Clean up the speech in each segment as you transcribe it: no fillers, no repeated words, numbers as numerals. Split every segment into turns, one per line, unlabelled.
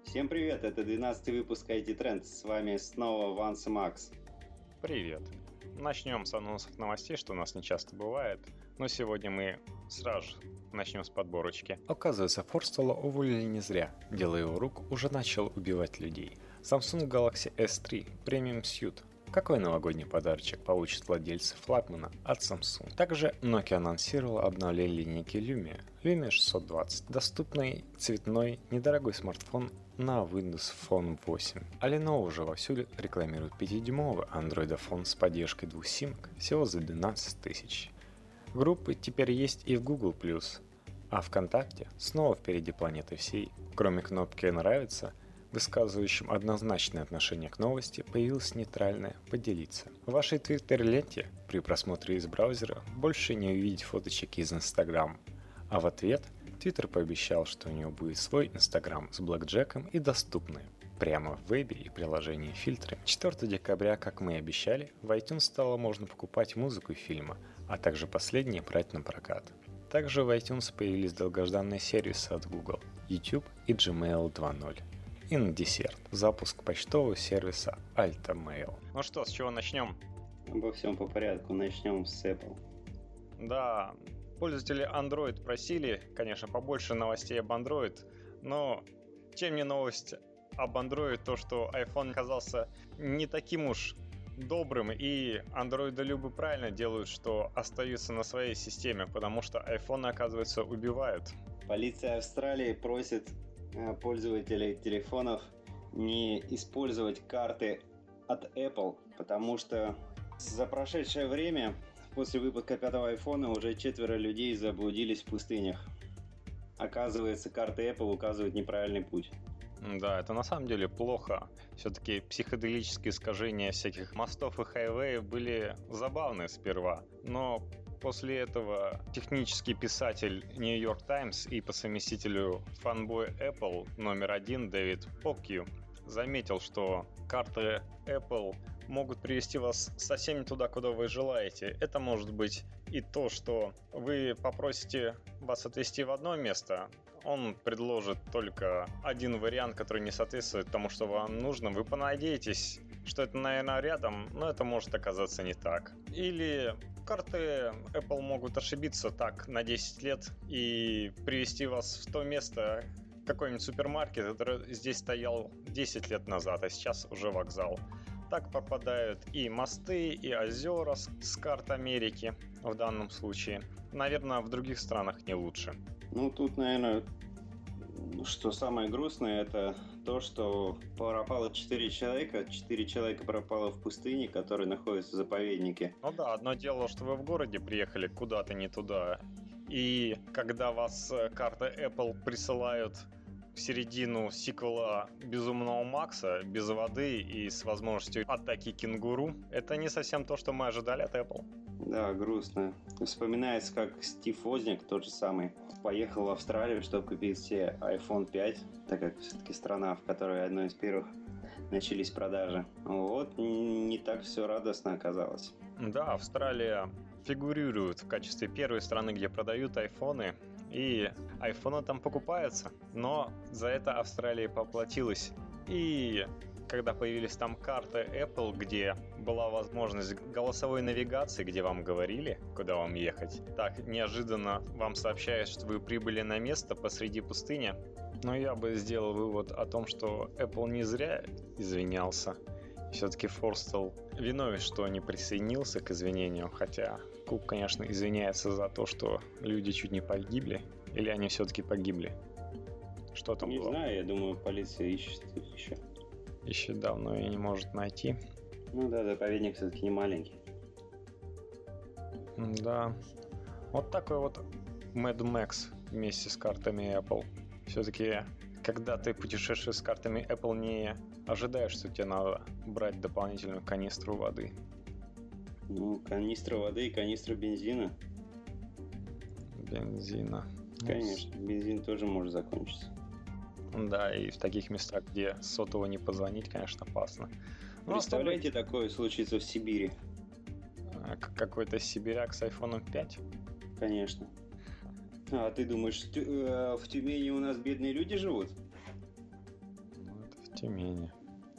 Всем привет, это 12-й выпуск IT Trends. С вами снова Ванс и Макс.
Привет. Начнем с анонсов новостей, что у нас не часто бывает, но сегодня мы сразу же начнем с подборочки. Оказывается, Форстелла уволили не зря. Дело его рук уже начал убивать людей. Samsung Galaxy S3 Premium Suite. Какой новогодний подарочек получат владельцы флагмана от Samsung? Также Nokia анонсировала обновление линейки Lumia 620, доступный цветной недорогой смартфон на Windows Phone 8. А Lenovo уже вовсю рекламирует 5-дюймовый Android-фон с поддержкой двух симок всего за 12 тысяч. Группы теперь есть и в Google+, а ВКонтакте снова впереди планеты всей. Кроме кнопки «Нравится», высказывающим однозначное отношение к новости, появилось нейтральное «Поделиться». В вашей Twitter-ленте при просмотре из браузера больше не увидеть фоточек из Instagram. А в ответ Twitter пообещал, что у него будет свой Instagram с блэкджеком и доступны прямо в вебе и приложении фильтры. 4 декабря, как мы и обещали, в iTunes стало можно покупать музыку и фильмы, а также последние брать на прокат. Также в iTunes появились долгожданные сервисы от Google, YouTube и Gmail 2.0. И на десерт запуск почтового сервиса Alta-Mail. Ну что, с чего начнем?
Обо всем по порядку, начнем с Apple.
Да, пользователи Android просили, конечно, побольше новостей об Android, но чем не новость об Android, то что iPhone оказался не таким уж добрым, и андроидолюбы правильно делают, что остаются на своей системе, потому что iPhone, оказывается, убивают.
Полиция Австралии просит пользователей телефонов не использовать карты от Apple, потому что за прошедшее время, после выпуска 5-го iPhone, уже 4 людей заблудились в пустынях. Оказывается, карты Apple указывают неправильный путь.
Да, это на самом деле плохо. Все-таки психоделические искажения всяких мостов и хайвеев были забавны сперва, но после этого технический писатель New York Times и по совместителю фанбой Apple номер 1 Дэвид Покью заметил, что карты Apple могут привести вас совсем не туда, куда вы желаете. Это может быть и то, что вы попросите вас отвезти в одно место, он предложит только один вариант, который не соответствует тому, что вам нужно. Вы понадеетесь, что это, наверное, рядом, но это может оказаться не так. Или карты Apple могут ошибиться так на 10 лет и привести вас в то место, какой-нибудь супермаркет, который здесь стоял 10 лет назад, а сейчас уже вокзал. Так попадают и мосты, и озера с карт Америки в данном случае. Наверное, в других странах не лучше.
Ну, тут, наверное, что самое грустное, это то, что пропало 4 человека. 4 человека пропало в пустыне, которые находятся в заповеднике.
Ну да, одно дело, что вы в городе приехали куда-то не туда, и когда вас карты Apple присылают в середину сиквела Безумного Макса без воды и с возможностью атаки кенгуру, это не совсем то, что мы ожидали от Apple.
Да, грустно. Вспоминается, как Стив Возняк, тот же самый, поехал в Австралию, чтобы купить себе iPhone 5, так как все-таки страна, в которой одной из первых начались продажи. Вот, не так все радостно оказалось.
Да, Австралия фигурирует в качестве первой страны, где продают айфоны, и айфоны там покупаются, но за это Австралия поплатилась. И когда появились там карты Apple, где была возможность голосовой навигации, где вам говорили, куда вам ехать, так неожиданно вам сообщают, что вы прибыли на место посреди пустыни. Но я бы сделал вывод о том, что Apple не зря извинялся. Все-таки Форстелл виновен, что не присоединился к извинениям, хотя Кук, конечно, извиняется за то, что люди чуть не погибли, или они все-таки погибли. Что там
не
было?
Не знаю, я думаю, полиция ищет их еще.
Ищет давно и не может найти.
Ну да, заповедник все-таки не маленький.
Да. Вот такой вот Mad Max вместе с картами Apple. Все-таки, когда ты путешествуешь с картами Apple, не ожидаешь, что тебе надо брать дополнительную канистру воды.
Ну, канистра воды и канистра бензина.
Бензина.
Конечно, бензин тоже может закончиться.
Да, и в таких местах, где сотово не позвонить, конечно, опасно.
Представляете, такое случится в Сибири?
Какой-то сибиряк с iPhone 5?
Конечно. А ты думаешь, в Тюмени у нас бедные люди живут?
Тюмени.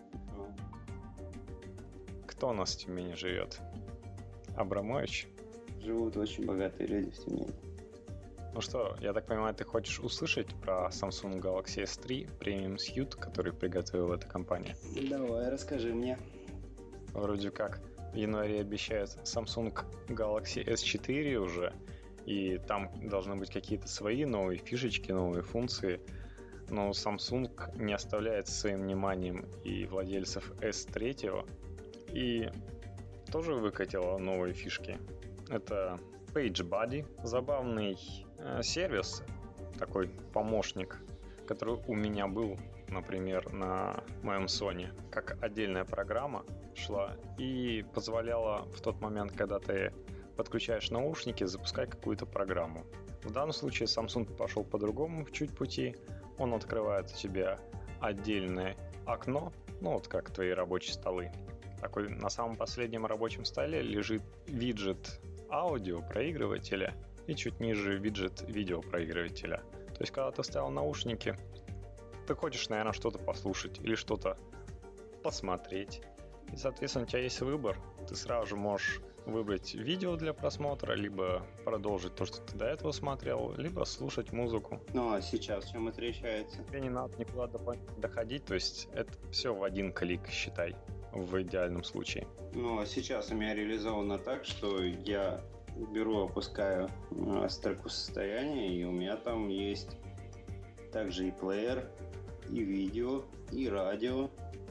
Кто у нас в Тюмени живет? Абрамович?
Живут очень богатые люди в Тюмени.
Ну что, я так понимаю, ты хочешь услышать про Samsung Galaxy S3 Premium Suite, который приготовила эта компания?
Давай, расскажи мне.
Вроде как в январе обещают Samsung Galaxy S4 уже, и там должны быть какие-то свои новые фишечки, новые функции. Но Samsung не оставляет своим вниманием и владельцев S3, и тоже выкатила новые фишки. Это PageBuddy, забавный сервис, такой помощник, который у меня был, например, на моем Sony, как отдельная программа шла и позволяла в тот момент, когда ты подключаешь наушники, запускать какую-то программу. В данном случае Samsung пошел по другому чуть пути. Он открывает у тебя отдельное окно, ну вот как твои рабочие столы. Такой на самом последнем рабочем столе лежит виджет аудиопроигрывателя и чуть ниже виджет видеопроигрывателя. То есть, когда ты вставил наушники, ты хочешь, наверное, что-то послушать или что-то посмотреть. И, соответственно, у тебя есть выбор. Ты сразу же можешь выбрать видео для просмотра, либо продолжить то, что ты до этого смотрел, либо слушать музыку.
Ну а сейчас в чем отличается?
Тебе не надо никуда доходить, то есть это все в один клик, считай, в идеальном случае.
Ну а сейчас у меня реализовано так, что я беру, опускаю строку состояния, и у меня там есть также и плеер, и видео, и радио.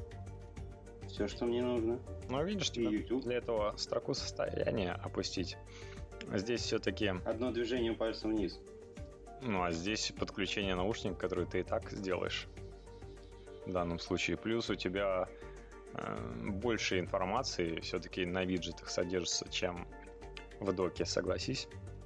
Все, что мне нужно.
Ну, видишь, тебе
YouTube.
Для этого строку состояния опустить. Здесь все-таки...
Одно движение пальцем вниз.
Ну, а здесь подключение наушников, которые ты и так сделаешь. В данном случае. Плюс у тебя больше информации все-таки на виджетах содержится, чем в доке, согласись?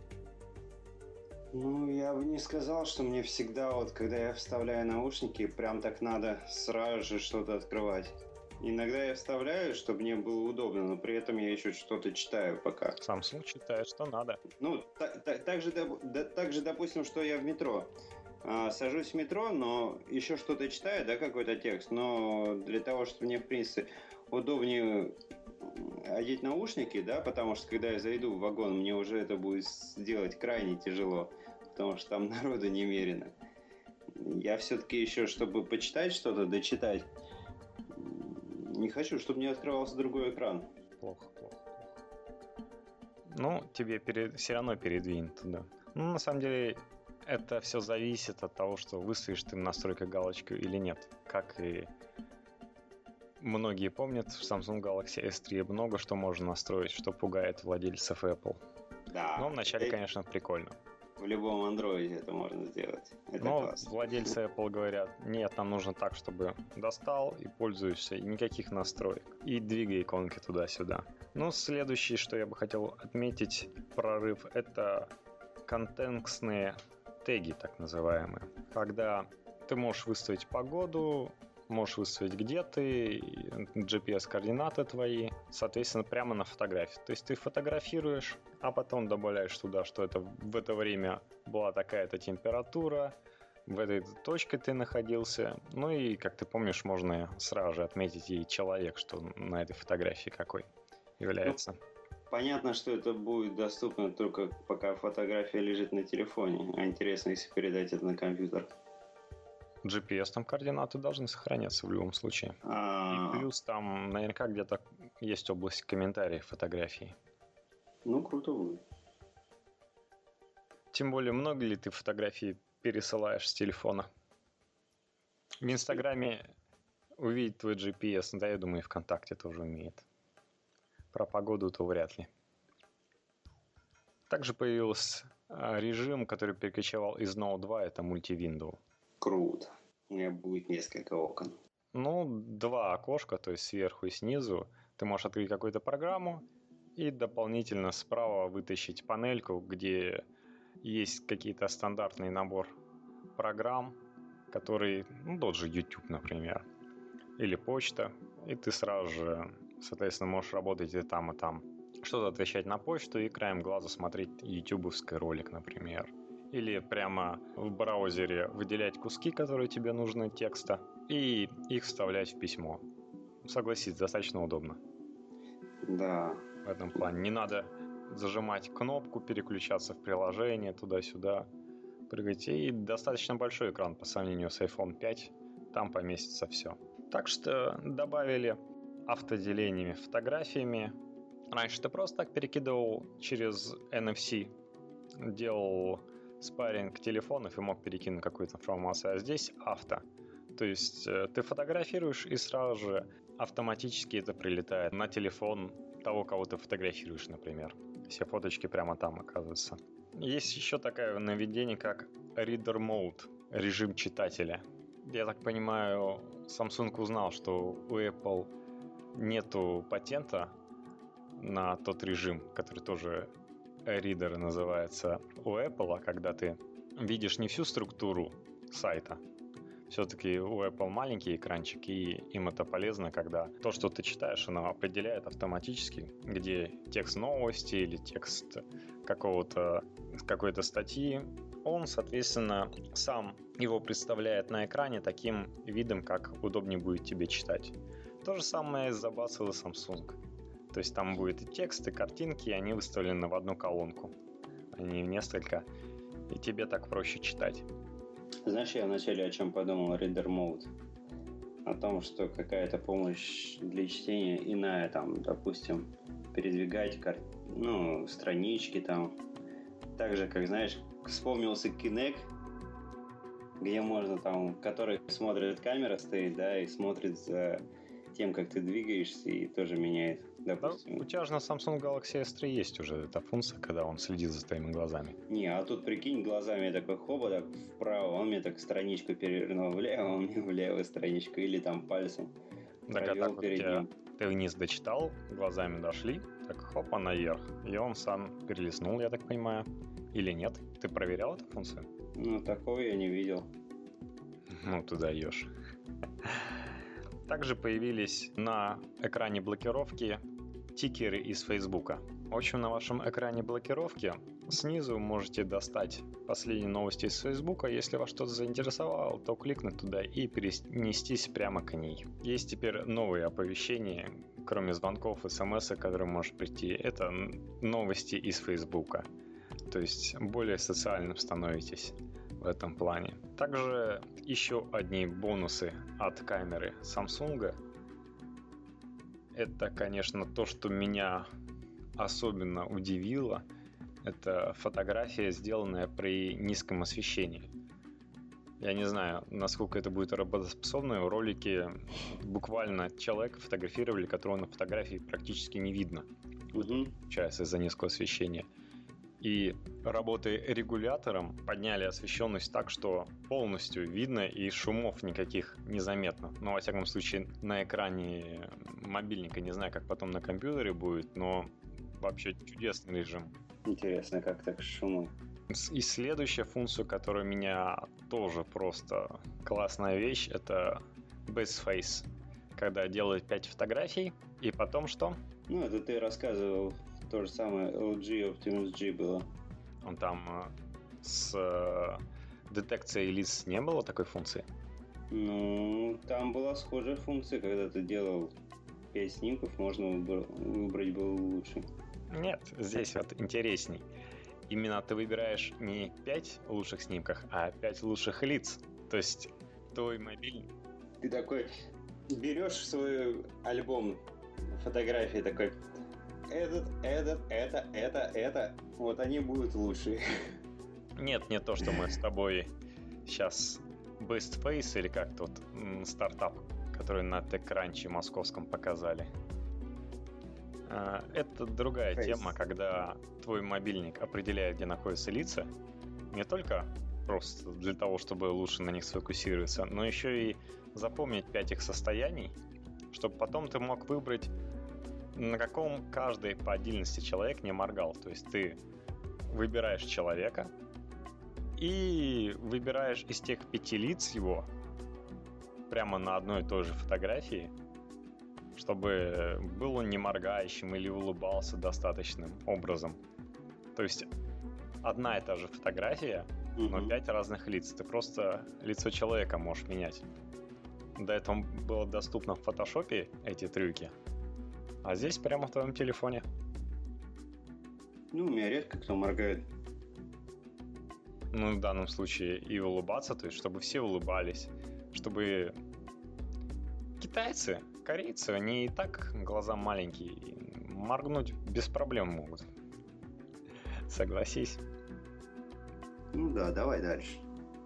Ну, я бы не сказал, что мне всегда, вот когда я вставляю наушники, прям так надо сразу же что-то открывать. Иногда я вставляю, чтобы мне было удобно, но при этом я еще что-то читаю пока.
Samsung считает, что надо.
Ну, так же, допустим, что я в метро. Сажусь в метро, но еще что-то читаю, да, какой-то текст, но для того, чтобы мне, в принципе, удобнее одеть наушники, да, потому что когда я зайду в вагон, мне уже это будет сделать крайне тяжело, потому что там народу немерено. Я все-таки еще, чтобы почитать что-то, дочитать, не хочу, чтобы мне открывался другой экран.
Плохо. Ну, тебе все равно передвинет туда. Ну, на самом деле, это все зависит от того, что выставишь ты в настройках галочку или нет. Как и многие помнят, в Samsung Galaxy S3 много что можно настроить, что пугает владельцев Apple.
Да.
Но вначале, конечно, прикольно.
В любом андроиде это можно сделать. Это
но
классно.
Владельцы Apple говорят, нет, нам нужно так, чтобы достал и пользуешься, и никаких настроек. И двигай иконки туда-сюда. Ну, следующее, что я бы хотел отметить, прорыв, это контекстные теги, так называемые. Когда ты можешь выставить погоду, можешь выставить, где ты, GPS-координаты твои, соответственно, прямо на фотографии. То есть ты фотографируешь, а потом добавляешь туда, что это в это время была такая-то температура, в этой точке ты находился. Ну и, как ты помнишь, можно сразу же отметить и человек, что на этой фотографии какой является.
Понятно, что это будет доступно только пока фотография лежит на телефоне. А интересно, если передать это на компьютер.
GPS там координаты должны сохраняться в любом случае. И плюс там наверняка где-то есть область комментариев фотографий.
Ну, круто будет.
Тем более, много ли ты фотографий пересылаешь с телефона? В Инстаграме увидеть твой GPS, да, я думаю, и ВКонтакте тоже умеет. Про погоду-то вряд ли. Также появился режим, который перекочевал из Note 2, это мультивиндоу.
Круто. У меня будет несколько окон.
Ну, 2 окошка, то есть сверху и снизу. Ты можешь открыть какую-то программу и дополнительно справа вытащить панельку, где есть какие-то стандартный набор программ, которые, ну, тот же YouTube, например, или почта, и ты сразу же, соответственно, можешь работать и там, и там. Что-то отвечать на почту и краем глаза смотреть ютубовский ролик, например. Или прямо в браузере выделять куски, которые тебе нужны, текста, и их вставлять в письмо. Согласись, достаточно удобно.
Да.
В этом плане не надо зажимать кнопку, переключаться в приложение туда-сюда, прыгать. И достаточно большой экран по сравнению с iPhone 5. Там поместится все. Так что добавили автоделениями фотографиями. Раньше ты просто так перекидывал через NFC, делал спарринг телефонов и мог перекинуть какую-то информацию, а здесь авто. То есть ты фотографируешь, и сразу же автоматически это прилетает на телефон того, кого ты фотографируешь, например. Все фоточки прямо там оказываются. Есть еще такое наведение, как Reader Mode, режим читателя. Я так понимаю, Samsung узнал, что у Apple нету патента на тот режим, который тоже Reader называется у Apple, когда ты видишь не всю структуру сайта. Все-таки у Apple маленький экранчик, и им это полезно, когда то, что ты читаешь, оно определяет автоматически, где текст новости или текст какой-то статьи. Он, соответственно, сам его представляет на экране таким видом, как удобнее будет тебе читать. То же самое забацал и Samsung. То есть там будет и текст, и картинки, и они выставлены в одну колонку, а не в несколько, и тебе так проще читать.
Знаешь, я вначале о чем подумал, Reader Mode. О том, что какая-то помощь для чтения иная, там, допустим, передвигать странички там. Так же, как, знаешь, вспомнился Kinect, где можно там, который смотрит, камера стоит, да, и смотрит за тем, как ты двигаешься, и тоже меняет, допустим.
Да, у тебя же на Samsung Galaxy S3 есть уже эта функция, когда он следит за твоими глазами.
Не, а тут, прикинь, глазами я такой хоба, так вправо, он мне так страничку перевернул влево, он мне в левую страничку, или там пальцем провел перед ним.
Ты вниз дочитал, глазами дошли, так хопа наверх, и он сам перелистнул, я так понимаю. Или нет? Ты проверял эту функцию?
Ну, такого я не видел.
Ну, ты даешь. Также появились на экране блокировки тикеры из Фейсбука. В общем, на вашем экране блокировки снизу можете достать последние новости из Фейсбука. Если вас что-то заинтересовало, то кликнуть туда и перенестись прямо к ней. Есть теперь новые оповещения, кроме звонков, смс, которые может прийти. Это новости из Фейсбука. То есть более социальным становитесь в этом плане. Также еще одни бонусы от камеры Samsung. Это, конечно, то, что меня особенно удивило. Это фотография, сделанная при низком освещении. Я не знаю, насколько это будет работоспособно. В ролике буквально человека фотографировали, которого на фотографии практически не видно. Получается, из-за низкого освещения. И работая регулятором, подняли освещенность так, что полностью видно и шумов никаких незаметно. Но, во всяком случае, на экране мобильника, не знаю, как потом на компьютере будет, но вообще чудесный режим.
Интересно, как так шумы.
И следующая функция, которая меня тоже просто классная вещь, это Best Face. Когда делают 5 фотографий, и потом что?
Ну, это ты рассказывал. То же самое LG Optimus G было.
Он там с детекцией лиц не было такой функции?
Ну, там была схожая функция, когда ты делал 5 снимков, можно выбрать было лучше.
Нет, здесь вот интересней. Именно ты выбираешь не 5 лучших снимков, а 5 лучших лиц. То есть твой мобильник.
Ты такой берешь свой альбом фотографий, такой: это. Вот они будут лучшие.
Нет, не то, что мы с тобой сейчас Best Face или как тот стартап, который на TechCrunch московском показали. Это другая тема, когда твой мобильник определяет, где находятся лица, не только просто для того, чтобы лучше на них сфокусироваться, но еще и запомнить 5 их состояний, чтобы потом ты мог выбрать, на каком каждый по отдельности человек не моргал. То есть ты выбираешь человека и выбираешь из тех 5 лиц его прямо на одной и той же фотографии, чтобы был он не моргающим или улыбался достаточным образом. То есть одна и та же фотография, но 5 разных лиц. Ты просто лицо человека можешь менять. до этого было доступно в фотошопе эти трюки, а здесь прямо в твоем телефоне.
Ну, у меня редко кто моргает.
Ну, в данном случае и улыбаться, то есть, чтобы все улыбались, чтобы китайцы, корейцы, они и так глаза маленькие, моргнуть без проблем могут. Согласись.
Ну да, давай дальше.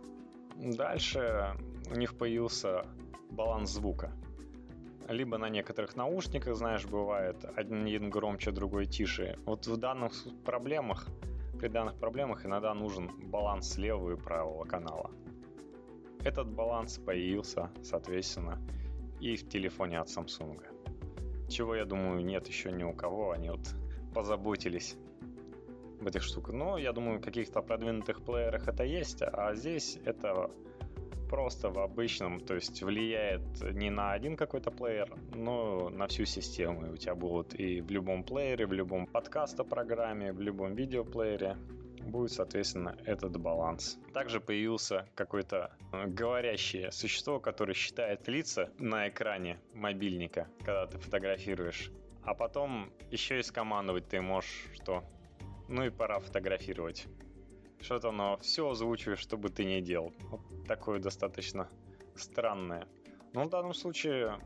Дальше у них появился баланс звука. Либо на некоторых наушниках, знаешь, бывает один громче, другой тише. Вот в данных проблемах, при данных проблемах иногда нужен баланс левого и правого канала. Этот баланс появился, соответственно, и в телефоне от Samsung. Чего, я думаю, нет еще ни у кого. Они вот позаботились об этих штуках. Но я думаю, в каких-то продвинутых плеерах это есть, а здесь это просто в обычном, то есть влияет не на один какой-то плеер, но на всю систему. И у тебя будут и в любом плеере, в любом подкаст-программе, в любом видеоплеере будет, соответственно, этот баланс. Также появился какое-то говорящее существо, которое считает лица на экране мобильника, когда ты фотографируешь. А потом еще и скомандовать ты можешь, что ну и пора фотографировать. Что-то оно все озвучивает, что бы ты ни делал. Вот такое достаточно странное. Но в данном случае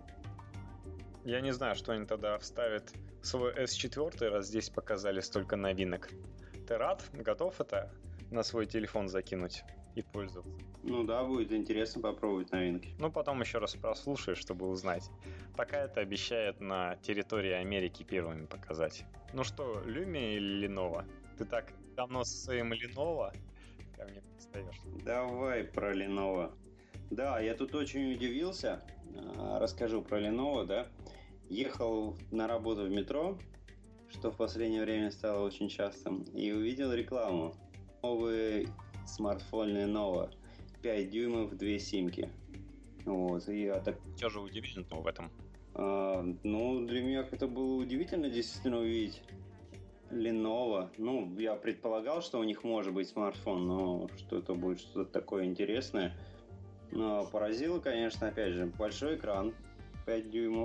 я не знаю, что они тогда вставят в свой S4, раз здесь показали столько новинок. Ты рад? Готов это на свой телефон закинуть и пользоваться?
Ну да, будет интересно попробовать новинки.
Ну, потом еще раз прослушай, чтобы узнать. Пока это обещает на территории Америки первыми показать. Ну что, Lumia или Lenovo? Ты так давно со своим Lenovo ко мне пристаешь.
Давай про Lenovo. Да, я тут очень удивился. Расскажу про Lenovo, да. Ехал на работу в метро, что в последнее время стало очень частым, и увидел рекламу. Новый смартфон Lenovo. 5 дюймов, 2 симки. Вот, и я так...
Что же удивительного в этом?
Ну, для меня это было удивительно действительно увидеть Lenovo. Ну, я предполагал, что у них может быть смартфон, но что это будет что-то такое интересное. Но поразило, конечно, опять же, большой экран, 5 дюймов,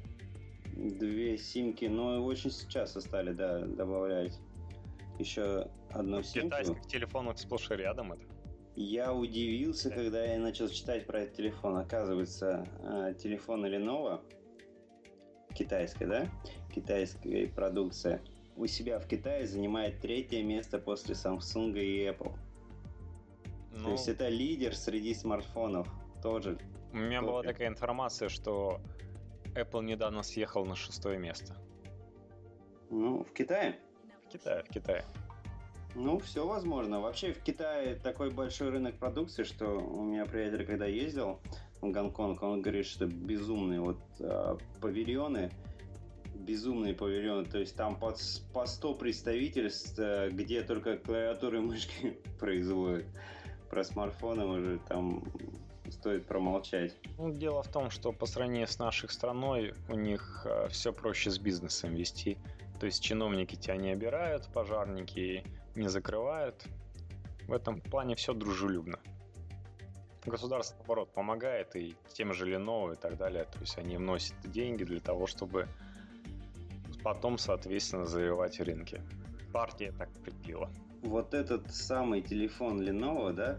2 симки, но очень часто стали, да, добавлять еще одну симку.
В китайских телефонах сплошь и рядом это.
Я удивился, когда я начал читать про этот телефон. Оказывается, телефон Lenovo, китайская, да, китайская продукция, у себя в Китае занимает 3-е место после Samsung и Apple. То есть это лидер среди смартфонов тоже.
У меня была такая информация, что Apple недавно съехал на 6-е место.
Ну, в Китае?
В Китае.
Ну, все возможно. Вообще в Китае такой большой рынок продукции, что у меня приятель, когда ездил в Гонконг, он говорит, что безумные вот павильоны, безумные павильоны, то есть там по 100 представительств, где только клавиатуры и мышки производят. Про смартфоны уже там стоит промолчать.
Ну, дело в том, что по сравнению с нашей страной у них все проще с бизнесом вести. То есть чиновники тебя не обирают, пожарники не закрывают. В этом плане все дружелюбно. Государство, наоборот, помогает и тем же Lenovo и так далее. То есть они вносят деньги для того, чтобы потом, соответственно, завоевать рынки. Партия так припила.
Вот этот самый телефон Lenovo, да,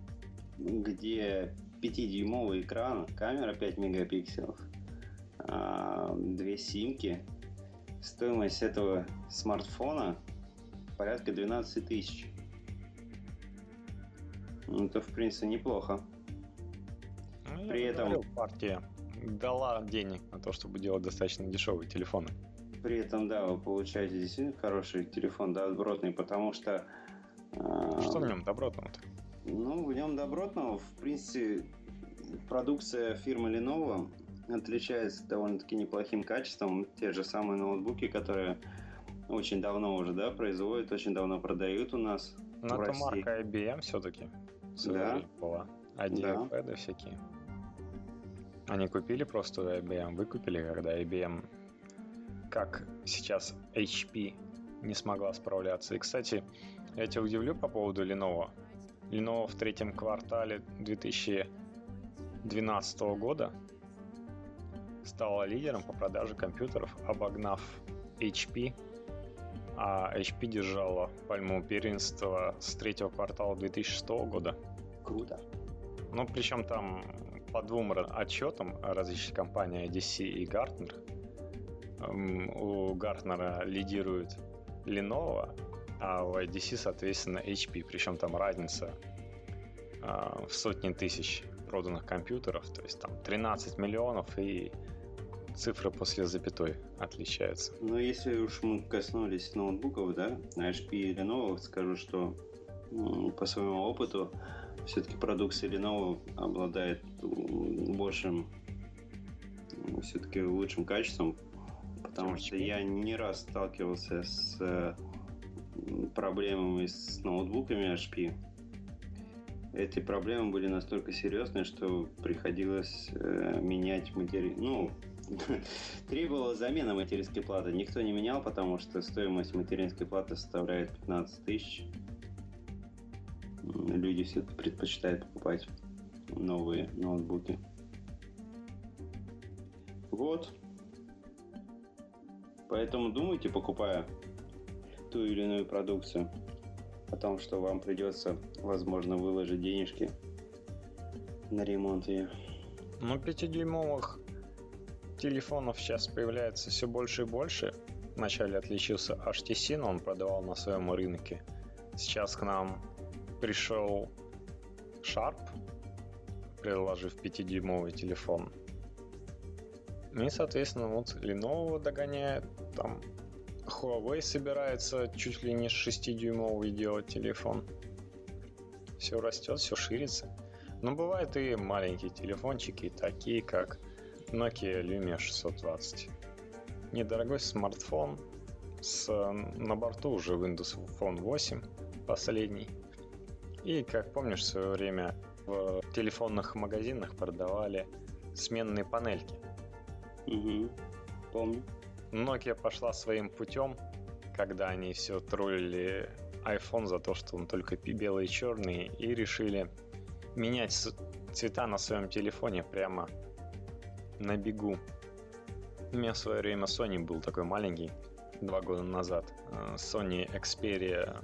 где 5-дюймовый экран, камера 5 мегапикселов, 2 симки, стоимость этого смартфона порядка 12 тысяч. Ну, это, в принципе, неплохо.
Ну,
При этом
партия дала денег на то, чтобы делать достаточно дешевые телефоны.
При этом, да, вы получаете действительно хороший телефон, да, добротный, потому что...
Что в нем добротного-то?
Ну, в нем добротного, в принципе, продукция фирмы Lenovo отличается довольно-таки неплохим качеством. Те же самые ноутбуки, которые очень давно уже, да, производят, очень давно продают у нас в
это
России.
Марка IBM все-таки.
Да.
Была. iPad всякие. Они купили просто IBM, выкупили, когда IBM, как сейчас HP, не смогла справляться. И, кстати, я тебя удивлю по поводу Lenovo. Lenovo в 3-м квартале 2019 2012 года стала лидером по продаже компьютеров, обогнав HP, а HP держала пальму первенства с третьего квартала 2006 года.
Круто.
Ну, причем там по двум отчетам различных компаний IDC и Gartner. У Gartner лидирует Lenovo, а у IDC, соответственно, HP. Причем там разница в сотни тысяч проданных компьютеров. То есть там 13 миллионов и цифры после запятой отличаются.
Но если уж мы коснулись ноутбуков, да, HP и Lenovo, скажу, что по своему опыту все-таки продукция Lenovo обладает большим, все-таки лучшим качеством, потому что я не раз сталкивался с проблемами с ноутбуками HP. Эти проблемы были настолько серьезные, что приходилось менять материал. Требовала замена материнской платы. Никто не менял, потому что стоимость материнской платы составляет 15 тысяч. Люди все-таки предпочитают покупать новые ноутбуки. Вот. Поэтому думайте, покупая ту или иную продукцию, о том, что вам придется, возможно, выложить денежки на ремонт ее.
Ну, 5-дюймовых телефонов сейчас появляется все больше и больше. Вначале отличился HTC, но он продавал на своем рынке. Сейчас к нам пришел Sharp, предложив 5-дюймовый телефон. И, соответственно, вот Lenovo догоняет. Там Huawei собирается чуть ли не 6-дюймовый делать телефон. Все растет, все ширится. Но бывают и маленькие телефончики, такие как Nokia Lumia 620. Недорогой смартфон на борту уже Windows Phone 8 последний. И, как помнишь, в свое время в телефонных магазинах продавали сменные панельки.
Угу, помню.
Nokia пошла своим путем, когда они все троллили iPhone за то, что он только белый и черный, и решили менять цвета на своем телефоне прямо на бегу. У меня в свое время Sony был такой маленький, 2 года назад. Sony Xperia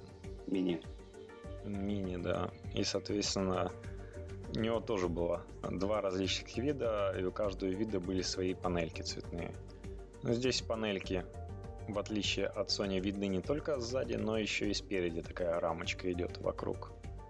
Mini, да. И, соответственно, у него тоже было 2 различных вида, и у каждого вида были свои панельки цветные. Но здесь панельки, в отличие от Sony, видны не только сзади, но еще и спереди такая рамочка идет вокруг.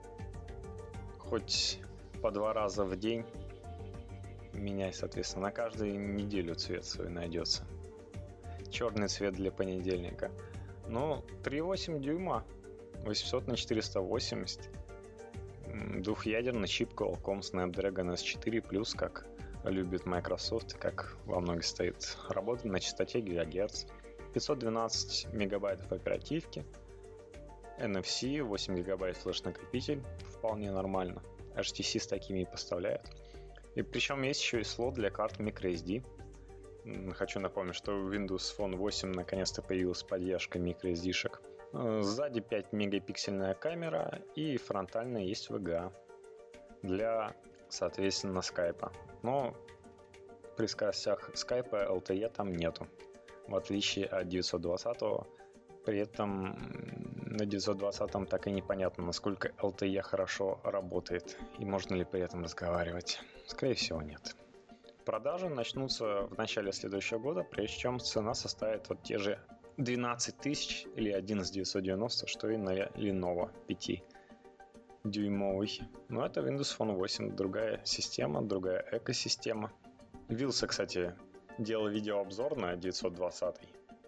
Хоть по 2 раза в день меняй, соответственно, на каждую неделю цвет свой найдется. Черный цвет для понедельника. Ну, 3,8 дюйма, 800 на 480. Двухъядерный чип Qualcomm Snapdragon S4+, как любит Microsoft, как во многих стоит, работает на частоте ГГц. 512 мегабайтов оперативки, NFC, 8 гигабайт флеш-накопитель, вполне нормально. HTC с такими и поставляет. И причем есть еще и слот для карт microSD. Хочу напомнить, что в Windows Phone 8 наконец-то появилась поддержка microSD-шек. Сзади 5-мегапиксельная камера и фронтальная есть VGA для, соответственно, скайпа. Но при скоростях скайпа LTE там нету, в отличие от 920-го. При этом на 920-м так и непонятно, насколько LTE хорошо работает и можно ли при этом разговаривать. Скорее всего, нет. Продажи начнутся в начале следующего года, прежде чем цена составит вот те же 12 тысяч или 11 990, что и на Lenovo 5-дюймовый. Но это Windows Phone 8, другая система, другая экосистема. Вилса, кстати, делал видеообзор на 920.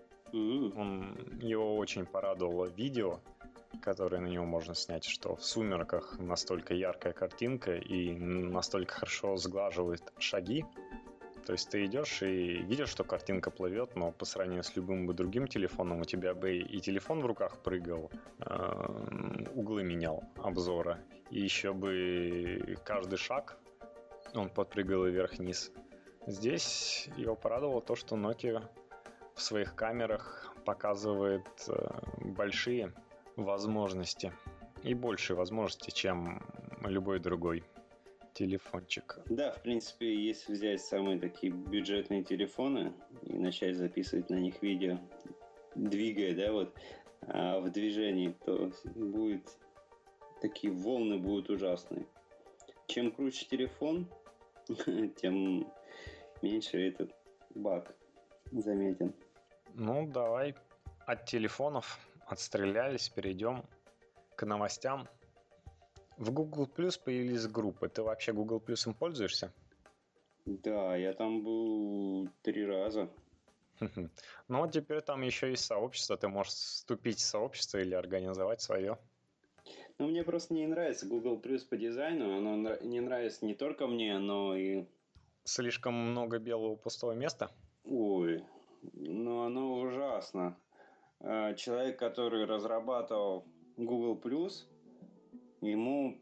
Его очень порадовало видео, которое на него можно снять, что в сумерках настолько яркая картинка и настолько хорошо сглаживает шаги. То есть ты идешь и видишь, что картинка плывет, но по сравнению с любым бы другим телефоном у тебя бы и телефон в руках прыгал, углы менял обзора, и еще бы каждый шаг он подпрыгал и вверх-вниз. Здесь его порадовало то, что Nokia в своих камерах показывает большие возможности и большие возможности, чем любой другой телефончик.
Да, в принципе, если взять самые такие бюджетные телефоны и начать записывать на них видео, двигая, да, вот в движении, то будет такие волны будут ужасные. Чем круче телефон, тем меньше этот баг заметен.
Ну, давай от телефонов отстрелялись, перейдем к новостям. В Google Plus появились группы. Ты вообще Google Plus им пользуешься?
Да, я там был 3 раза.
Ну, вот теперь там еще есть сообщество. Ты можешь вступить в сообщество или организовать свое.
Ну, мне просто не нравится Google Plus по дизайну. Оно не нравится не только мне, но и...
Слишком много белого пустого места?
Ой, ну оно ужасно. Человек, который разрабатывал Google Plus, ему...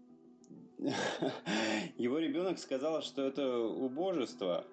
Его ребенок сказал, что это убожество.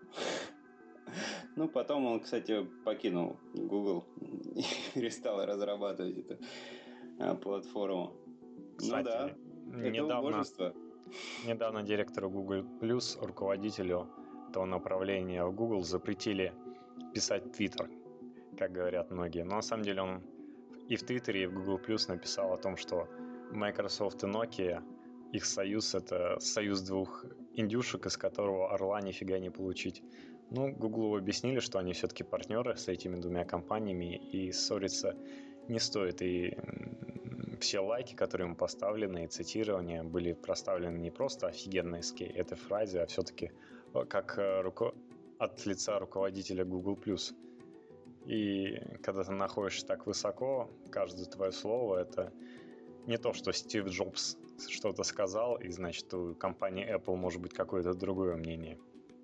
Ну, потом он, кстати, покинул Google и перестал разрабатывать эту платформу.
Кстати,
ну да, это убожество.
Недавно директору Google Plus, руководителю того направления в Google, запретили писать Twitter, как говорят многие. Но на самом деле он и в Твиттере, и в Google Plus написал о том, что Microsoft и Nokia, их союз — это союз двух индюшек, из которого орла нифига не получить. Ну, Google объяснили, что они все-таки партнеры с этими двумя компаниями, и ссориться не стоит. И все лайки, которые ему поставлены, и цитирования были проставлены не просто офигенной этой фразе, а все-таки как от лица руководителя Google+. И когда ты находишься так высоко, каждое твое слово — это не то, что Стив Джобс что-то сказал, и значит у компании Apple может быть какое-то другое мнение.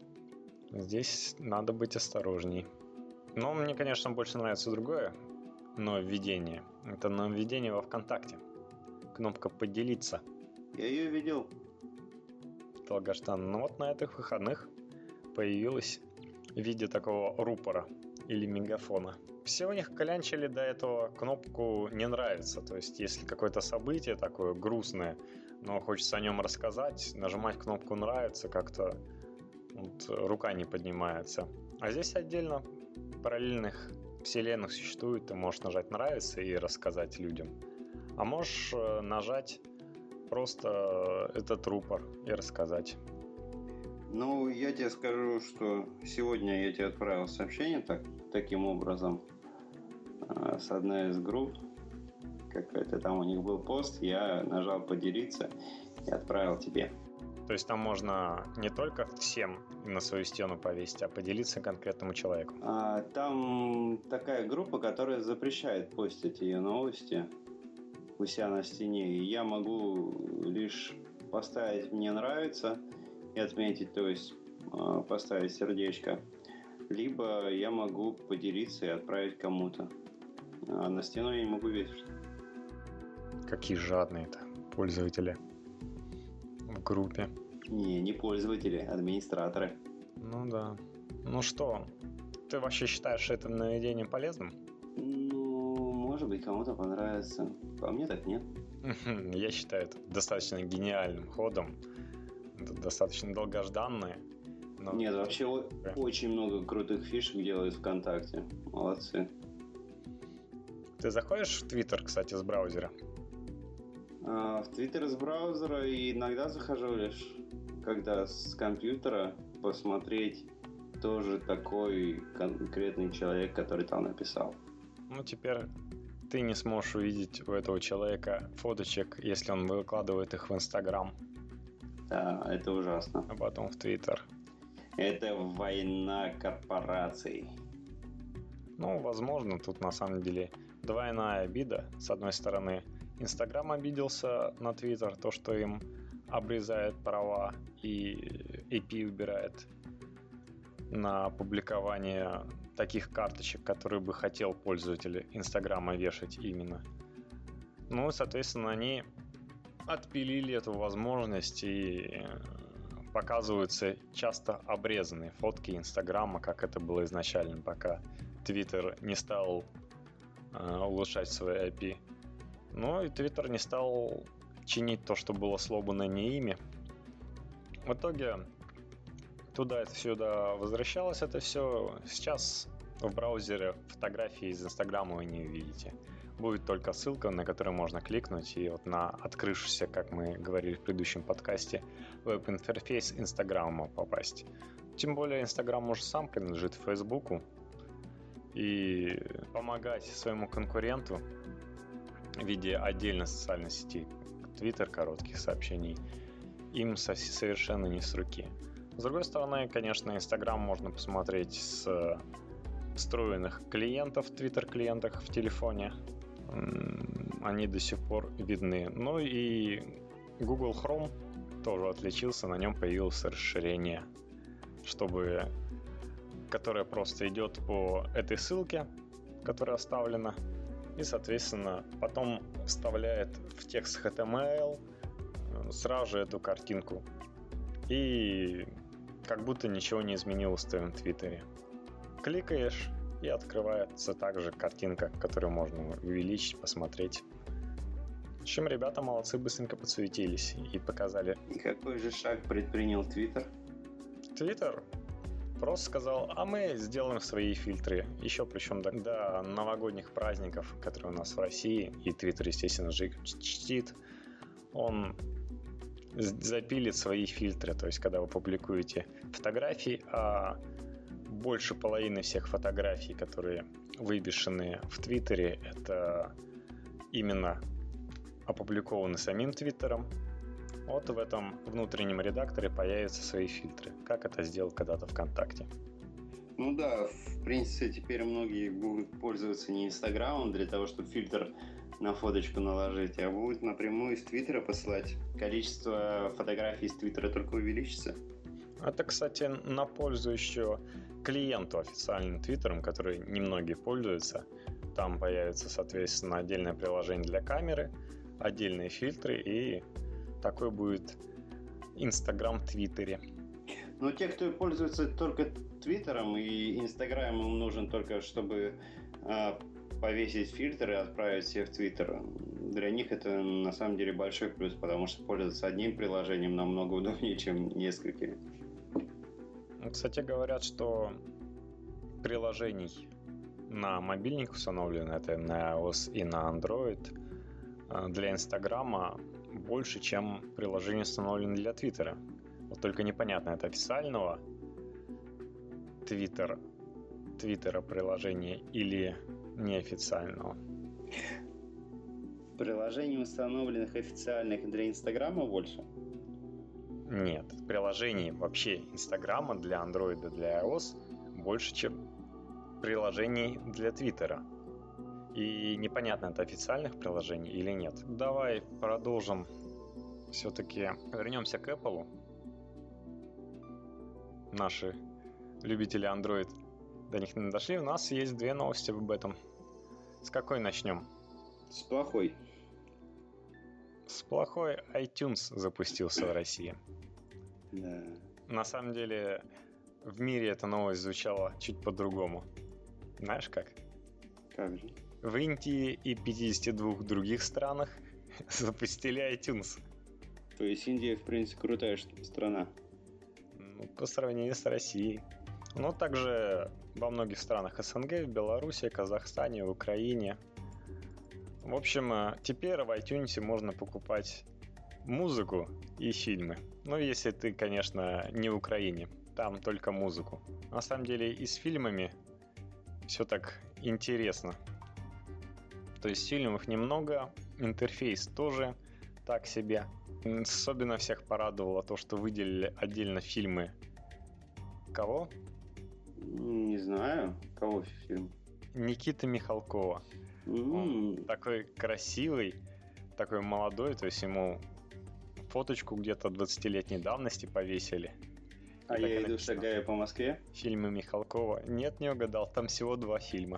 Здесь надо быть осторожней. Но мне, конечно, больше нравится другое нововведение. Это нововведение во ВКонтакте. Кнопка «Поделиться».
Я ее видел.
Долгожданно. Но вот на этих выходных появилась в виде такого рупора или мегафона. Все у них клянчили до этого кнопку «Не нравится». То есть, если какое-то событие такое грустное, но хочется о нем рассказать, нажимать кнопку «Нравится» как-то вот, рука не поднимается. А здесь отдельно параллельных вселенных существует. Ты можешь нажать «Нравится» и рассказать людям. А можешь нажать просто этот рупор и рассказать.
Ну, я тебе скажу, что сегодня я тебе отправил сообщение таким образом с одной из групп. Какой-то там у них был пост, я нажал «Поделиться» и отправил тебе.
То есть там можно не только всем на свою стену повесить, а поделиться конкретному человеку.
Там такая группа, которая запрещает постить ее новости у себя на стене. И я могу лишь поставить «Мне нравится» и отметить, то есть поставить сердечко. Либо я могу поделиться и отправить кому-то. А на стену я не могу весить.
Какие жадные-то пользователи в группе.
Не пользователи, администраторы.
Ну да. Ну что, ты вообще считаешь это нововведение полезным?
Ну, может быть, кому-то понравится. По мне так нет.
Я считаю это достаточно гениальным ходом. Достаточно долгожданное. Но...
Нет, вообще очень много крутых фишек делают ВКонтакте. Молодцы.
Ты заходишь в Твиттер, кстати, с браузера?
В Твиттер с браузера иногда захожу лишь, когда с компьютера посмотреть тоже такой конкретный человек, который там написал.
Ну, теперь ты не сможешь увидеть у этого человека фоточек, если он выкладывает их в Инстаграм.
Да, это ужасно.
А потом в Твиттер.
Это война корпораций.
Ну, возможно, тут на самом деле двойная обида. С одной стороны, Инстаграм обиделся на Твиттер, то, что им обрезает права и API убирает на публикование таких карточек, которые бы хотел пользователь Инстаграма вешать именно. Ну, соответственно, они отпилили эту возможность и показываются часто обрезанные фотки Инстаграма, как это было изначально, пока Твиттер не стал улучшать свои API. Ну и Твиттер не стал чинить то, что было сломано не ими. В итоге туда-сюда возвращалось это все. Сейчас в браузере фотографии из Инстаграма вы не увидите. Будет только ссылка, на которую можно кликнуть, и вот на открывшийся, как мы говорили в предыдущем подкасте, веб-интерфейс Инстаграма попасть. Тем более Инстаграм уже сам принадлежит Фейсбуку, и помогать своему конкуренту в виде отдельной социальной сети, Твиттер, коротких сообщений, им совершенно не с руки. С другой стороны, конечно, Инстаграм можно посмотреть с встроенных клиентов, Твиттер-клиентах в телефоне. Они до сих пор видны. Ну и Google Chrome тоже отличился, на нем появилось расширение, которое просто идет по этой ссылке, которая оставлена, и, соответственно, потом вставляет в текст HTML сразу же эту картинку. И как будто ничего не изменилось в твоем Твиттере. Кликаешь, и открывается также картинка, которую можно увеличить, посмотреть. В общем, ребята молодцы, быстренько подсуетились и показали.
И какой же шаг предпринял Твиттер?
Твиттер просто сказал, а мы сделаем свои фильтры. Еще причем до новогодних праздников, которые у нас в России, и Твиттер, естественно же, чтит. Он запилит свои фильтры. То есть, когда вы публикуете фотографии, а больше половины всех фотографий, которые вывешены в Твиттере, это именно опубликованы самим Твиттером. Вот в этом внутреннем редакторе появятся свои фильтры, как это сделал когда-то ВКонтакте.
Ну да, в принципе, теперь многие будут пользоваться не Инстаграмом для того, чтобы фильтр на фоточку наложить, а будут напрямую из Твиттера посылать. Количество фотографий из Твиттера только увеличится.
Это, кстати, на пользу еще клиенту официальным Твиттером, который немногие пользуются. Там появится, соответственно, отдельное приложение для камеры, отдельные фильтры, и такой будет Инстаграм в Твиттере.
Но те, кто пользуется только Твиттером и Инстаграмом, нужен только, чтобы повесить фильтр и отправить все в Твиттер. Для них это на самом деле большой плюс, потому что пользоваться одним приложением намного удобнее, чем несколькими.
Кстати, говорят, что приложений на мобильник установлено, это на iOS и на Android, для Инстаграма больше, чем приложений установлено для Твиттера. Вот только непонятно, это официального Твиттера приложения или неофициального.
Приложений, установленных официальных для Инстаграма, больше?
Нет, приложений вообще Инстаграма для Android и для iOS больше, чем приложений для Твиттера. И непонятно, это официальных приложений или нет. Давай продолжим. Все-таки вернемся к Apple. Наши любители Android до них не дошли. У нас есть две новости об этом. С какой начнем?
С плохой.
С плохой. iTunes запустился в России.
Да.
На самом деле в мире эта новость звучала чуть по-другому. Знаешь как?
Как же?
В Индии и 52 других странах запустили iTunes.
То есть Индия, в принципе, крутая страна.
Ну, по сравнению с Россией. Но также во многих странах СНГ, в Беларуси, Казахстане, в Украине. В общем, теперь в iTunes можно покупать музыку и фильмы. Ну, если ты, конечно, не в Украине. Там только музыку. На самом деле и с фильмами все так интересно. То есть фильмов немного, интерфейс тоже так себе. Особенно всех порадовало то, что выделили отдельно фильмы. Кого?
Не знаю. Кого фильм?
Никиты Михалкова. Он такой красивый, такой молодой, то есть ему фоточку где-то 20-летней давности повесили.
А я иду шагаю по Москве?
Фильмы Михалкова. Нет, не угадал, там всего 2 фильма.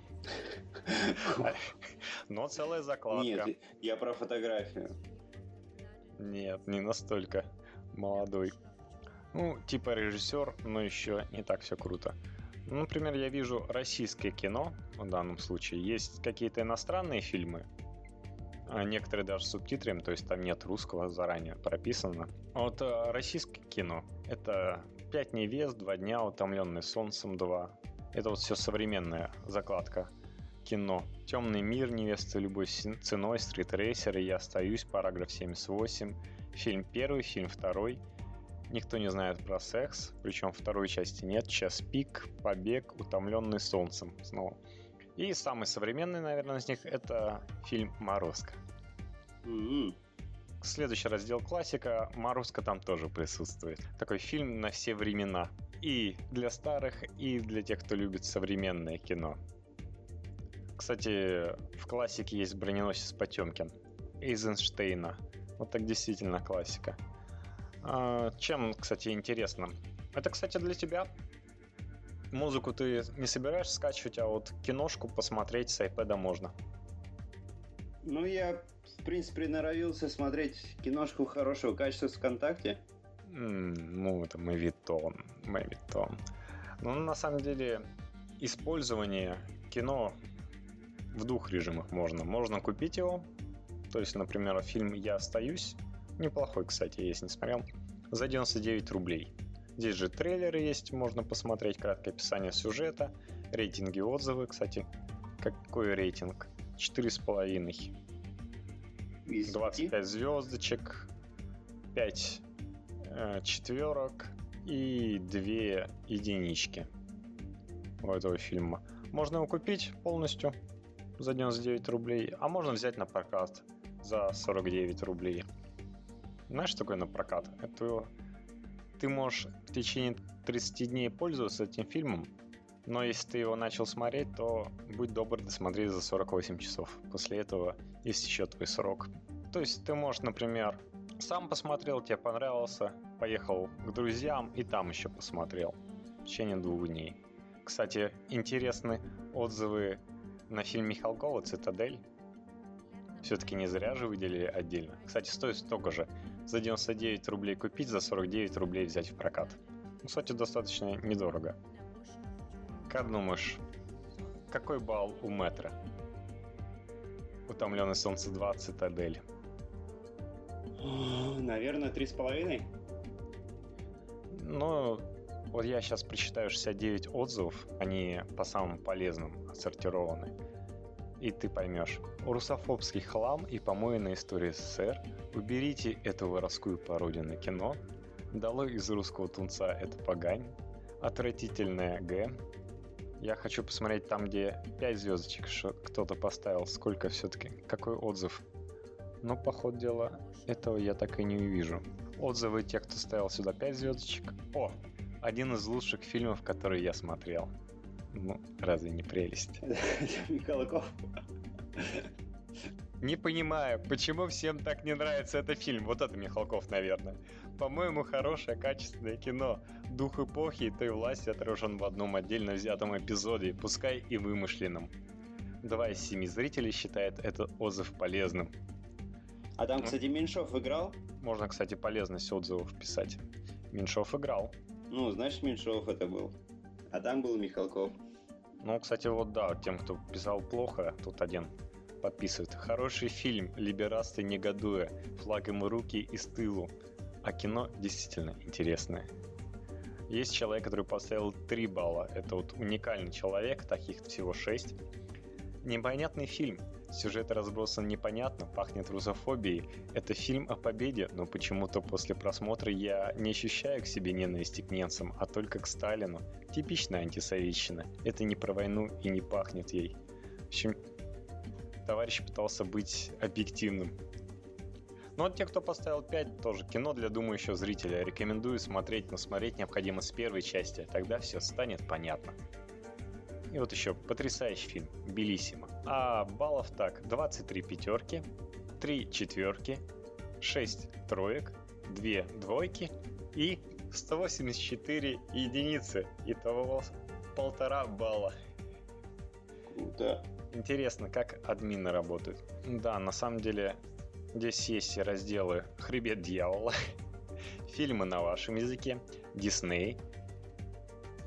Но целая закладка.
Нет, я про фотографию.
Нет, не настолько молодой. Ну, типа режиссер, но еще не так все круто. Ну, например, я вижу российское кино, в данном случае. Есть какие-то иностранные фильмы, Некоторые даже с субтитрами, то есть там нет русского заранее прописано. Вот российское кино — это «Пять невест», «Два дня», «Утомленный солнцем 2». Это вот все современная закладка кино. «Темный мир», «Невеста любой ценой», «Стритрейсеры», «Я остаюсь», «Параграф 78», фильм первый, фильм второй. «Никто не знает про секс», причем второй части нет, «Час пик», «Побег», «Утомленный солнцем» снова. И самый современный, наверное, из них — это фильм «Морозко». Следующий раздел классика. «Морозко» там тоже присутствует. Такой фильм на все времена. И для старых, и для тех, кто любит современное кино. Кстати, в классике есть «Броненосец Потемкин» Эйзенштейна. Вот так действительно классика. Чем, кстати, интересно? Это, кстати, для тебя. Музыку ты не собираешься скачивать, а вот киношку посмотреть с iPad'а можно.
Ну, я, в принципе, приноровился смотреть киношку хорошего качества ВКонтакте.
Ну, это мавитон. Но на самом деле использование кино в двух режимах можно. Можно купить его. То есть, например, фильм «Я остаюсь». Неплохой, кстати, я не смотрел. За 99 рублей. Здесь же трейлеры есть, можно посмотреть, краткое описание сюжета, рейтинги, отзывы. Кстати, какой рейтинг? 4,5. 25 звездочек, 5 четверок и 2 единички у этого фильма. Можно его купить полностью за 99 рублей, а можно взять на прокат за 49 рублей. Знаешь, что такое на прокат? Это ты можешь в течение 30 дней пользоваться этим фильмом, но если ты его начал смотреть, то будь добр досмотреть за 48 часов. После этого истечет твой срок. То есть ты можешь, например, сам посмотрел, тебе понравился, поехал к друзьям и там еще посмотрел в течение 2 дней. Кстати, интересны отзывы на фильм Михалкова «Цитадель». Все-таки не зря же выделили отдельно. Кстати, стоит столько же. За 99 рублей купить, за 49 рублей взять в прокат. Ну, кстати, достаточно недорого. Как думаешь, какой балл у метра? «Утомленный солнце 2», «Цитадель».
Наверное, 3,5.
Ну, вот я сейчас прочитаю 69 отзывов. Они по самым полезным отсортированы. И ты поймешь. Русофобский хлам и помойная история СССР. Уберите эту воровскую пародию на кино. Долой из русского тунца эту погань. Отвратительная Г. Я хочу посмотреть там, где 5 звездочек кто-то поставил. Сколько все-таки? Какой отзыв? Но, по ходу дела, этого я так и не увижу. Отзывы тех, кто ставил сюда 5 звездочек. О! Один из лучших фильмов, которые я смотрел. Ну, разве не прелесть?
Михалков.
Не понимаю, почему всем так не нравится этот фильм. Вот это Михалков, наверное. По-моему, хорошее, качественное кино. Дух эпохи и той власти отражен в одном отдельно взятом эпизоде, пускай и вымышленном. 2 из 7 зрителей считает этот отзыв полезным.
А там, кстати, Меньшов играл?
Можно, кстати, полезность отзывов писать. Меньшов играл.
Ну, значит, Меньшов это был. А там был Михалков.
Ну, кстати, вот да, тем, кто писал плохо, тут один подписывает. Хороший фильм, либерасты негодуя, флагом в руки и с тылу. А кино действительно интересное. Есть человек, который поставил 3 балла. Это вот уникальный человек, таких всего 6. Непонятный фильм. Сюжет разбросан непонятно, пахнет русофобией. Это фильм о победе, но почему-то после просмотра я не ощущаю к себе ненависти к немцам, а только к Сталину. Типичная антисоветчина. Это не про войну и не пахнет ей. В общем, товарищ пытался быть объективным. Ну вот те, кто поставил 5, тоже кино для думающего зрителя. Рекомендую смотреть, но смотреть необходимо с первой части, тогда все станет понятно. И вот еще потрясающий фильм «Белиссимо». А баллов так: 23 пятерки, 3 четверки, 6 троек, 2 двойки и 184 единицы. Итого 1,5 балла.
Круто.
Интересно, как админы работают. Да, на самом деле здесь есть разделы «Хребет дьявола», фильмы на вашем языке, Дисней,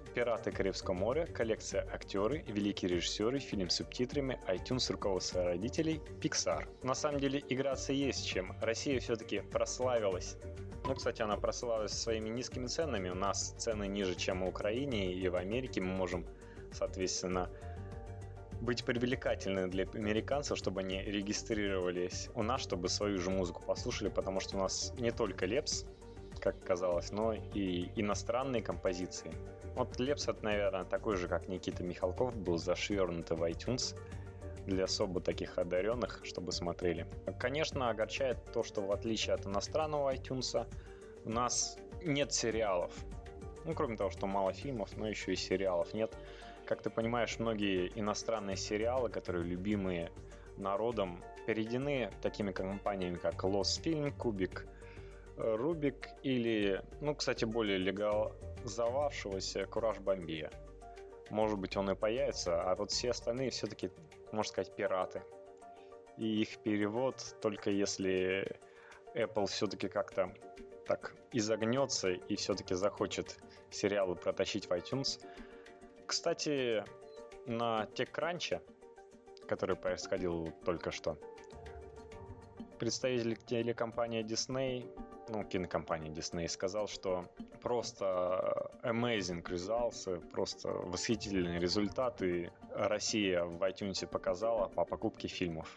«Пираты Карибского моря», коллекция актеры, великие режиссеры, фильм с субтитрами, iTunes, руководство родителей, Pixar. На самом деле играться есть чем. Россия все-таки прославилась. Ну, кстати, она прославилась своими низкими ценами. У нас цены ниже, чем в Украине и в Америке. Мы можем, соответственно, быть привлекательны для американцев, чтобы они регистрировались у нас, чтобы свою же музыку послушали, потому что у нас не только Лепс, как казалось, но и иностранные композиции. Вот Лепс, это, наверное, такой же, как Никита Михалков, был зашвырнут в iTunes для особо таких одаренных, чтобы смотрели. Конечно, огорчает то, что в отличие от иностранного iTunes, у нас нет сериалов. Ну, кроме того, что мало фильмов, но еще и сериалов нет. Как ты понимаешь, многие иностранные сериалы, которые любимые народом, переведены такими компаниями, как Лосфильм, Кубик, Рубик или, ну, кстати, более легализовавшегося Кураж Бомбея. Может быть, он и появится, а вот все остальные все-таки, можно сказать, пираты. И их перевод только если Apple все-таки как-то так изогнется и все-таки захочет сериалы протащить в iTunes. Кстати, на TechCrunch, который происходил только что, представитель телекомпании Disney, кинокомпания Disney, сказал, что просто amazing results, просто восхитительные результаты Россия в iTunes показала по покупке фильмов.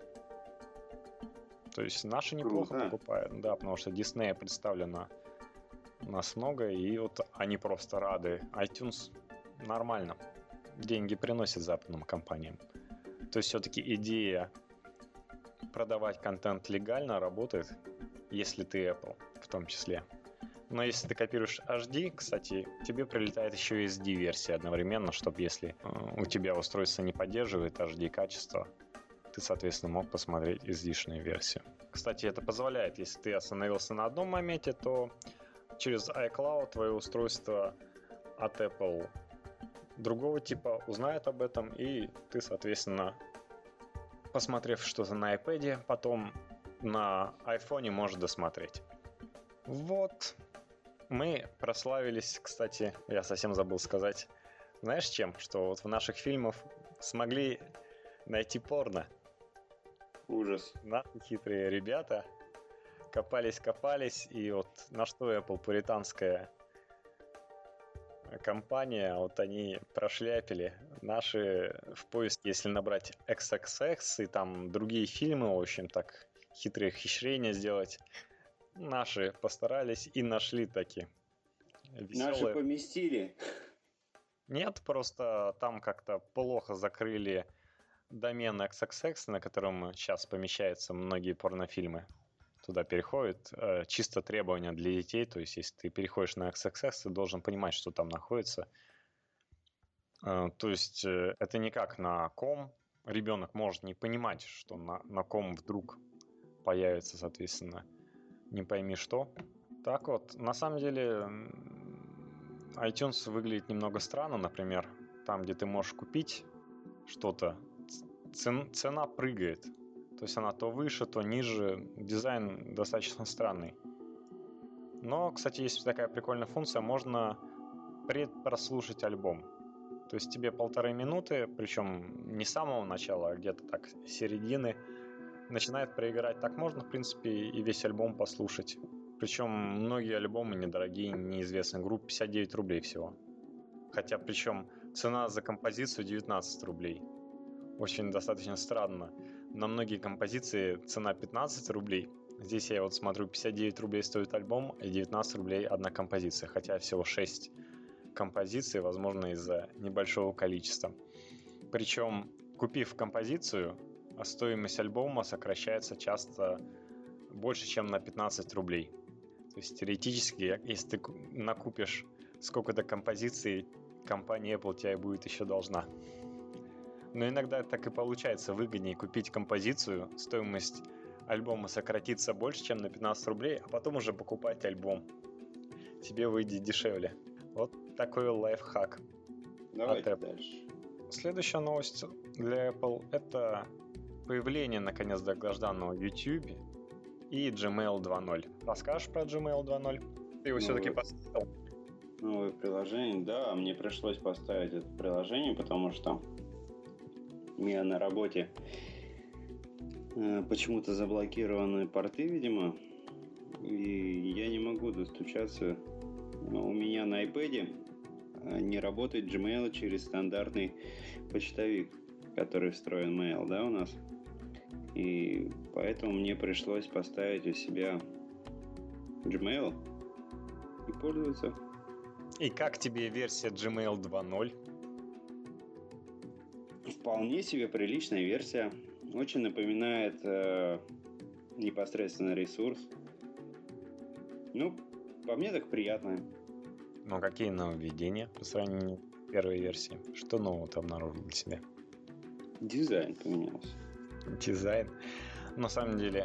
То есть наши неплохо покупают, да, потому что Disney представлено у нас много, и вот они просто рады. iTunes нормально. Деньги приносят западным компаниям. То есть все-таки идея продавать контент легально работает, если ты Apple в том числе. Но если ты копируешь HD, кстати, тебе прилетает еще и SD-версия одновременно, чтобы если у тебя устройство не поддерживает HD качество, ты, соответственно, мог посмотреть SD-шную версию. Кстати, это позволяет, если ты остановился на одном моменте, то через iCloud твое устройство от Apple другого типа узнает об этом, и ты, соответственно, посмотрев что-то на iPad, потом на iPhone можешь досмотреть. Вот. Мы прославились, кстати, я совсем забыл сказать, знаешь чем? Что вот в наших фильмах смогли найти порно.
Ужас.
Наши хитрые ребята копались, и вот на что Apple пуританская компания, вот они прошляпили. Наши в поиске, если набрать XXX и там другие фильмы, в общем, так хитрые хищрения сделать, наши постарались и нашли такие веселые.
Наши поместили.
Нет, просто там как-то плохо закрыли домен XXX, на котором сейчас помещаются многие порнофильмы. Туда переходят чисто требования для детей. То есть, если ты переходишь на XXX, ты должен понимать, что там находится. То есть, это не как на ком. Ребенок может не понимать, что на ком вдруг появится, соответственно, не пойми что. Так вот, на самом деле, iTunes выглядит немного странно, например. Там, где ты можешь купить что-то, цена прыгает. То есть она то выше, то ниже. Дизайн достаточно странный. Но, кстати, есть такая прикольная функция. Можно предпрослушать альбом. То есть тебе 1,5 минуты, причем не с самого начала, а где-то так с середины, начинает проиграть. Так можно, в принципе, и весь альбом послушать. Причем многие альбомы недорогие, неизвестных групп, 59 рублей всего. Хотя, причем, цена за композицию 19 рублей. Очень достаточно странно. На многие композиции цена 15 рублей. Здесь я вот смотрю, 59 рублей стоит альбом, и 19 рублей одна композиция. Хотя всего 6 композиций, возможно, из-за небольшого количества. Причем, купив композицию, стоимость альбома сокращается часто больше, чем на 15 рублей. То есть, теоретически, если ты накупишь сколько-то композиций, компания Apple тебе будет еще должна. Но иногда так и получается выгоднее купить композицию, стоимость альбома сократится больше, чем на 15 рублей, а потом уже покупать альбом. Тебе выйдет дешевле. Вот такой лайфхак.
Давайте дальше.
Следующая новость для Apple — это появление, наконец, долгожданного YouTube и Gmail 2.0. Расскажешь про Gmail 2.0? Ты его все-таки поставил?
Новое приложение. Да, мне пришлось поставить это приложение, потому что у меня на работе почему-то заблокированы порты, видимо, и я не могу достучаться. У меня на iPad не работает Gmail через стандартный почтовик, который встроен в Mail, да, у нас. И поэтому мне пришлось поставить у себя Gmail и пользоваться.
И как тебе версия Gmail 2.0?
Вполне себе приличная версия. Очень напоминает непосредственно ресурс. Ну, по мне так приятно.
Но какие нововведения по сравнению с первой версией? Что нового ты обнаружил для себя?
Дизайн поменялся.
Дизайн. На самом деле,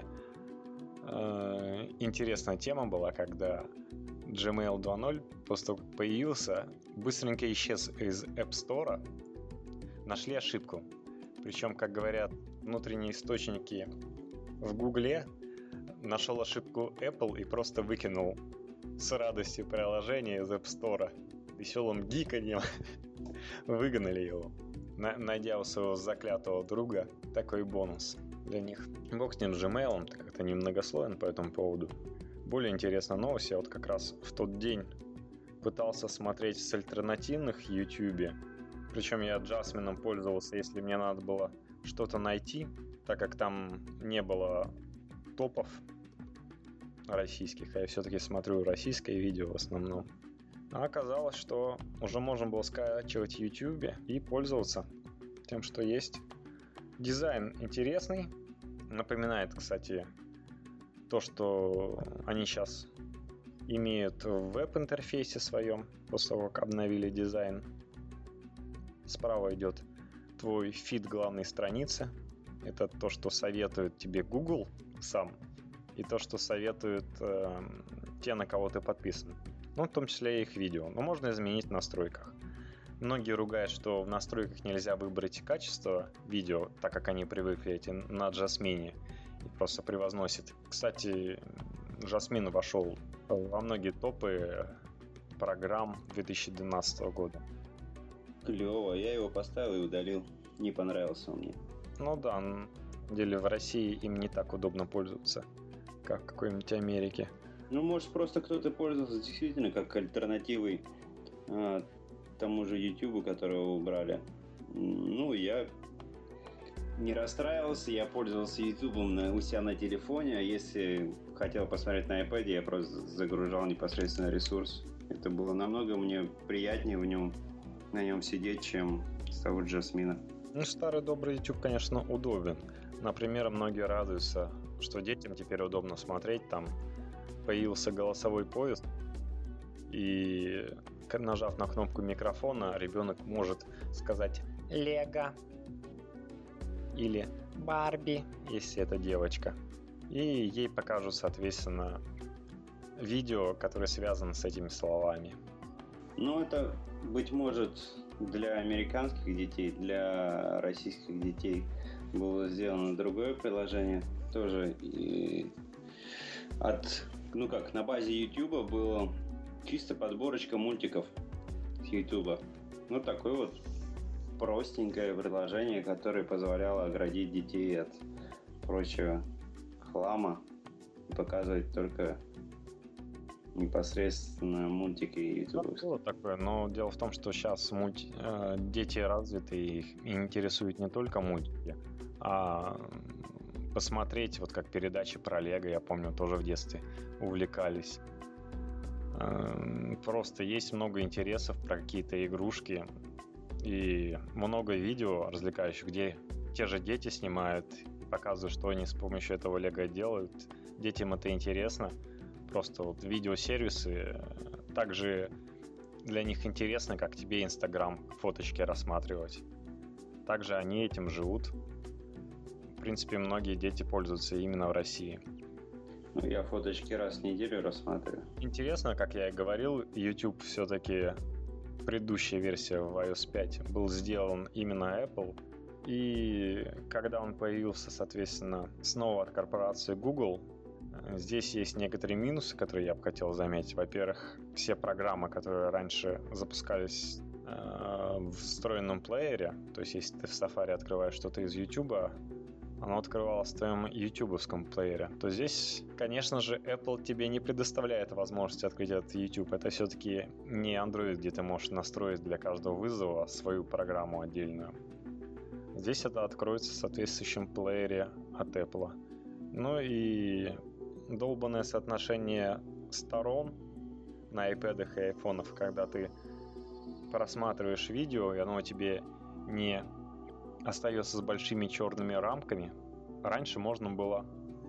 интересная тема была, когда Gmail 2.0, после того, как появился, быстренько исчез из App Store. Нашли ошибку. Причем, как говорят внутренние источники в Гугле, нашел ошибку Apple и просто выкинул с радостью приложение из App Store. Веселым гиканьем выгнали его, найдя у своего заклятого друга такой бонус для них. Бог с ним Gmail, так как-то немногословен по этому поводу. Более интересная новость, я вот как раз в тот день пытался смотреть с альтернативных YouTube. Причем я Jasmine пользовался, если мне надо было что-то найти, так как там не было топов российских, а я все-таки смотрю российское видео в основном. А оказалось, что уже можно было скачивать в YouTube и пользоваться тем, что есть. Дизайн интересный. Напоминает, кстати, то, что они сейчас имеют в веб-интерфейсе своем, после того, как обновили дизайн. Справа идет твой фид главной страницы. Это то, что советует тебе Google сам, и то, что советуют те, на кого ты подписан. Ну, в том числе и их видео. Но можно изменить в настройках. Многие ругают, что в настройках нельзя выбрать качество видео, так как они привыкли эти на Jasmine, и просто превозносит. Кстати, Jasmine вошел во многие топы программ 2012 года.
Клево, я его поставил и удалил. Не понравился он мне.
Ну да, на самом деле в России им не так удобно пользоваться, как в какой-нибудь Америке.
Ну, может, просто кто-то пользовался действительно как альтернативой тому же YouTube, которого убрали. Ну, я не расстраивался, я пользовался YouTube у себя на телефоне, а если хотел посмотреть на iPad, я просто загружал непосредственно ресурс. Это было намного мне приятнее на нем сидеть, чем с того Jasmine.
Ну, старый добрый YouTube, конечно, удобен. Например, многие радуются, что детям теперь удобно смотреть. Там появился голосовой поезд, и нажав на кнопку микрофона, ребенок может сказать «Лего» или «Барби», если это девочка. И ей покажут, соответственно, видео, которое связано с этими словами.
Ну, это, быть может, для американских детей, для российских детей было сделано другое приложение. Тоже и на базе YouTube было чисто подборочка мультиков с YouTube. Ну, такое вот простенькое приложение, которое позволяло оградить детей от прочего хлама и показывать только непосредственно мультики YouTube.
Вот такое, но дело в том, что сейчас дети развиты, и их интересуют не только мультики, а посмотреть, вот как передачи про Лего, я помню, тоже в детстве увлекались. Просто есть много интересов про какие-то игрушки и много видео развлекающих, где те же дети снимают, показывают, что они с помощью этого Лего делают. Детям это интересно. Просто вот видеосервисы также для них интересно, как тебе Инстаграм фоточки рассматривать. Также они этим живут. В принципе, многие дети пользуются именно в России.
Ну, я фоточки раз в неделю рассматриваю.
Интересно, как я и говорил, YouTube все-таки предыдущая версия в iOS 5 был сделан именно Apple. И когда он появился, соответственно, снова от корпорации Google, Здесь есть некоторые минусы, которые я бы хотел заметить. Во-первых, все программы, которые раньше запускались в встроенном плеере, то есть если ты в Safari открываешь что-то из YouTube, оно открывалось в твоем ютубовском плеере, то здесь, конечно же, Apple тебе не предоставляет возможности открыть этот YouTube. Это все-таки не Android, где ты можешь настроить для каждого вызова свою программу отдельную. Здесь это откроется в соответствующем плеере от Apple. Ну и долбанное соотношение сторон на iPad'ах и айфонах, когда ты просматриваешь видео, и оно тебе не остается с большими черными рамками. Раньше можно было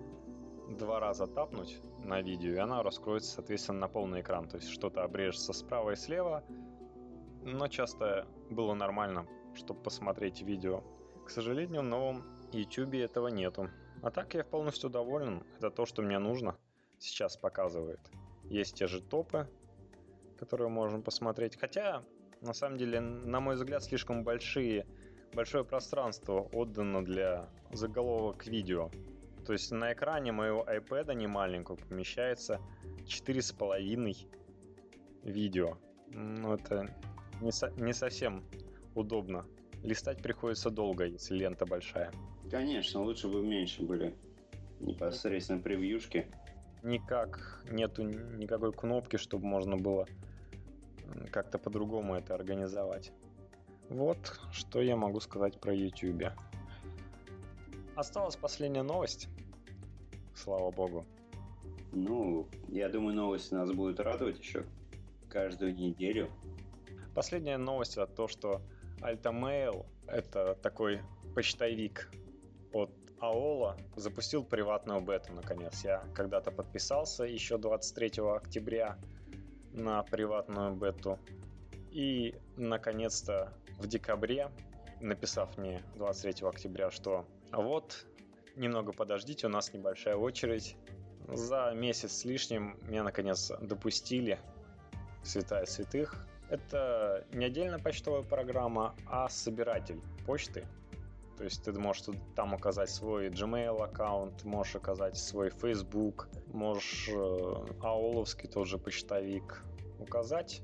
2 раза тапнуть на видео, и оно раскроется, соответственно, на полный экран. То есть что-то обрежется справа и слева, но часто было нормально, чтобы посмотреть видео. К сожалению, в новом YouTube этого нету. А так я полностью доволен. Это то, что мне нужно. Сейчас показывает. Есть те же топы, которые можем посмотреть. Хотя, на самом деле, на мой взгляд, слишком большое пространство отдано для заголовок видео. То есть на экране моего iPad не маленького помещается 4,5 видео. Ну, это не совсем удобно. Листать приходится долго, если лента большая.
Конечно, лучше бы меньше были непосредственно превьюшки.
Нету никакой кнопки, чтобы можно было как-то по-другому это организовать. Вот, что я могу сказать про YouTube. Осталась последняя новость. Слава богу.
Ну, я думаю, новости нас будут радовать еще каждую неделю.
Последняя новость — это то, что Alta-Mail, это такой почтовик от AOL, запустил приватную бету наконец. Я когда-то подписался еще 23 октября на приватную бету. И наконец-то в декабре, написав мне 23 октября, что вот, немного подождите, у нас небольшая очередь. За месяц с лишним меня наконец допустили, святая святых. Это не отдельная почтовая программа, а собиратель почты. То есть ты можешь там указать свой Gmail аккаунт, можешь указать свой Facebook, можешь AOL-овский тот же почтовик указать,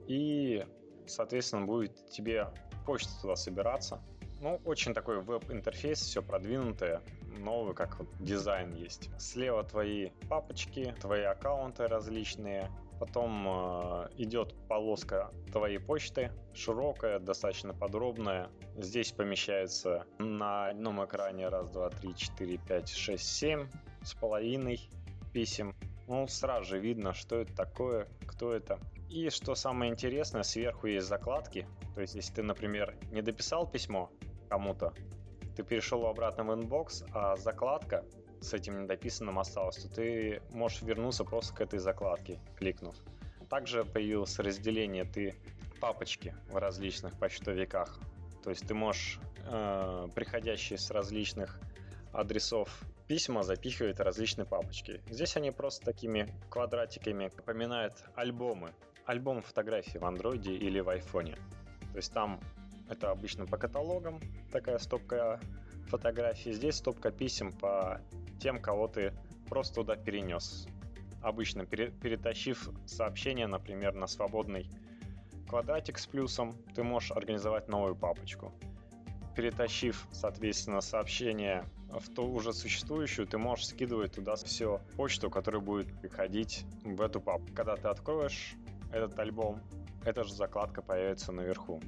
и, соответственно, будет тебе почта туда собираться. Ну, очень такой веб-интерфейс, все продвинутое, новый, как вот дизайн есть. Слева твои папочки, твои аккаунты различные. Потом идет полоска твоей почты, широкая, достаточно подробная. Здесь помещается на одном экране 1, 2, 3, 4, 5, 6, 7 с половиной писем. Ну, сразу же видно, что это такое, кто это. И что самое интересное, сверху есть закладки. То есть, если ты, например, не дописал письмо кому-то, ты перешел обратно в инбокс, а закладка с этим недописанным осталось, то ты можешь вернуться просто к этой закладке, кликнув. Также появилось разделение папочки в различных почтовиках. То есть ты можешь приходящие с различных адресов письма запихивать в различные папочки. Здесь они просто такими квадратиками напоминают альбомы фотографий в андроиде или в айфоне. То есть там это обычно по каталогам такая стопка фотографий. Здесь стопка писем по тем, кого ты просто туда перенес. Обычно перетащив сообщение, например, на свободный квадратик с плюсом, ты можешь организовать новую папочку. Перетащив, соответственно, сообщение в ту уже существующую, ты можешь скидывать туда всю почту, которая будет приходить в эту папку. Когда ты откроешь этот альбом, эта же закладка появится наверху.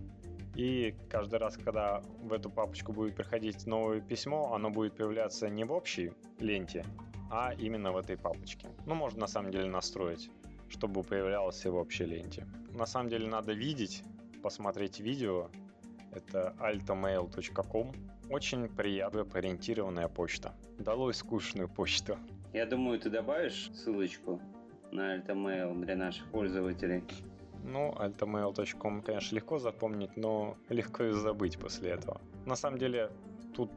И каждый раз, когда в эту папочку будет приходить новое письмо, оно будет появляться не в общей ленте, а именно в этой папочке. Ну, можно на самом деле настроить, чтобы появлялось и в общей ленте. На самом деле надо видеть, посмотреть видео. Это altamail.com. Очень приятная веб-ориентированная почта. Долой скучную почту.
Я думаю, ты добавишь ссылочку на Altamail для наших пользователей.
Ну, altamail.com, конечно, легко запомнить, но легко и забыть после этого. На самом деле, тут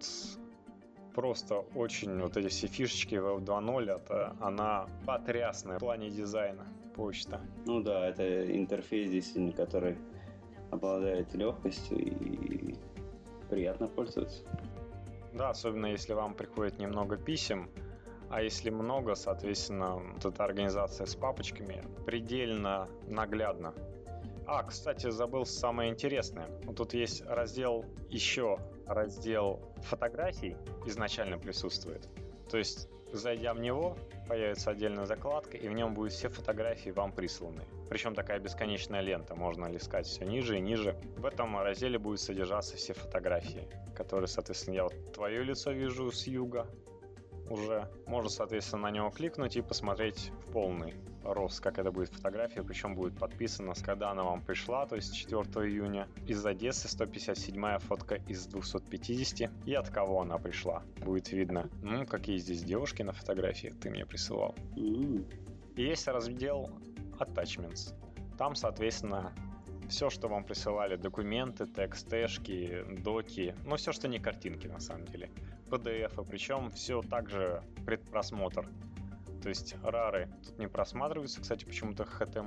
просто очень вот эти все фишечки Web 2.0, она потрясная в плане дизайна почта.
Ну да, это интерфейс действительно, который обладает легкостью и приятно пользоваться.
Да, особенно если вам приходит немного писем, А если много, соответственно, вот эта организация с папочками предельно наглядна. Кстати, забыл самое интересное. Вот тут есть раздел фотографий изначально присутствует. То есть, зайдя в него, появится отдельная закладка, и в нем будут все фотографии вам присланы. Причем такая бесконечная лента, можно листать все ниже и ниже. В этом разделе будут содержаться все фотографии, которые, соответственно, я вот твое лицо вижу с юга уже. Можно, соответственно, на него кликнуть и посмотреть в полный рост, как это будет фотография, причем будет подписано, когда она вам пришла, то есть 4 июня. Из Одессы 157-я фотка из 250, и от кого она пришла. Будет видно, какие здесь девушки на фотографии ты мне присылал. И есть раздел Attachments. Там, соответственно, все, что вам присылали, документы, текст-тэшки, доки, все, что не картинки на самом деле, PDF, причем все также предпросмотр. То есть рары тут не просматриваются, кстати, почему-то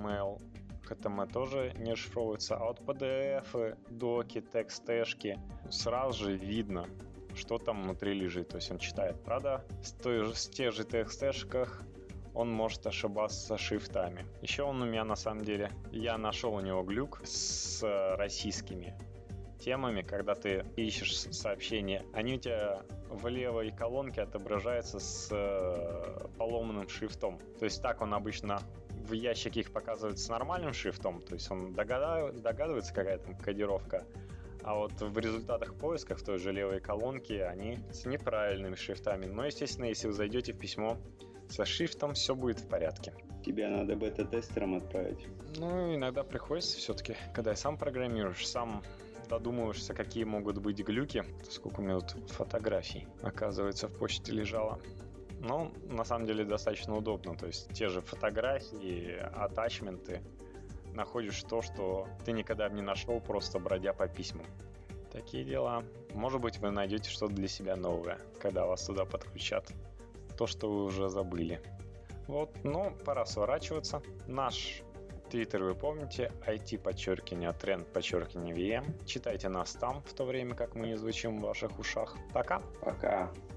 HTML тоже не расшифровывается, а вот PDF, доки, текст-тэшки, сразу же видно, что там внутри лежит, то есть он читает. Правда, в тех же текст-тэшках он может ошибаться шрифтами. Еще он у меня, на самом деле, я нашел у него глюк с российскими темами, когда ты ищешь сообщения, они у тебя в левой колонке отображаются с поломанным шрифтом. То есть так он обычно в ящике их показывает с нормальным шрифтом, то есть он догадывается, какая там кодировка, а вот в результатах поиска в той же левой колонке они с неправильными шрифтами. Но, естественно, если вы зайдете в письмо со шрифтом, все будет в порядке.
Тебя надо бета-тестерам отправить.
Иногда приходится все-таки, когда я сам программируешь, сам додумываешься, какие могут быть глюки. Сколько у меня тут фотографий, оказывается, в почте лежало. Но на самом деле достаточно удобно. То есть те же фотографии, атачменты, находишь то, что ты никогда бы не нашел, просто бродя по письмам. Такие дела. Может быть, вы найдете что-то для себя новое, когда вас туда подключат. То, что вы уже забыли. Пора сворачиваться. Наш Твиттер вы помните, IT_тренд_VM. Читайте нас там, в то время как мы не звучим в ваших ушах. Пока!
Пока!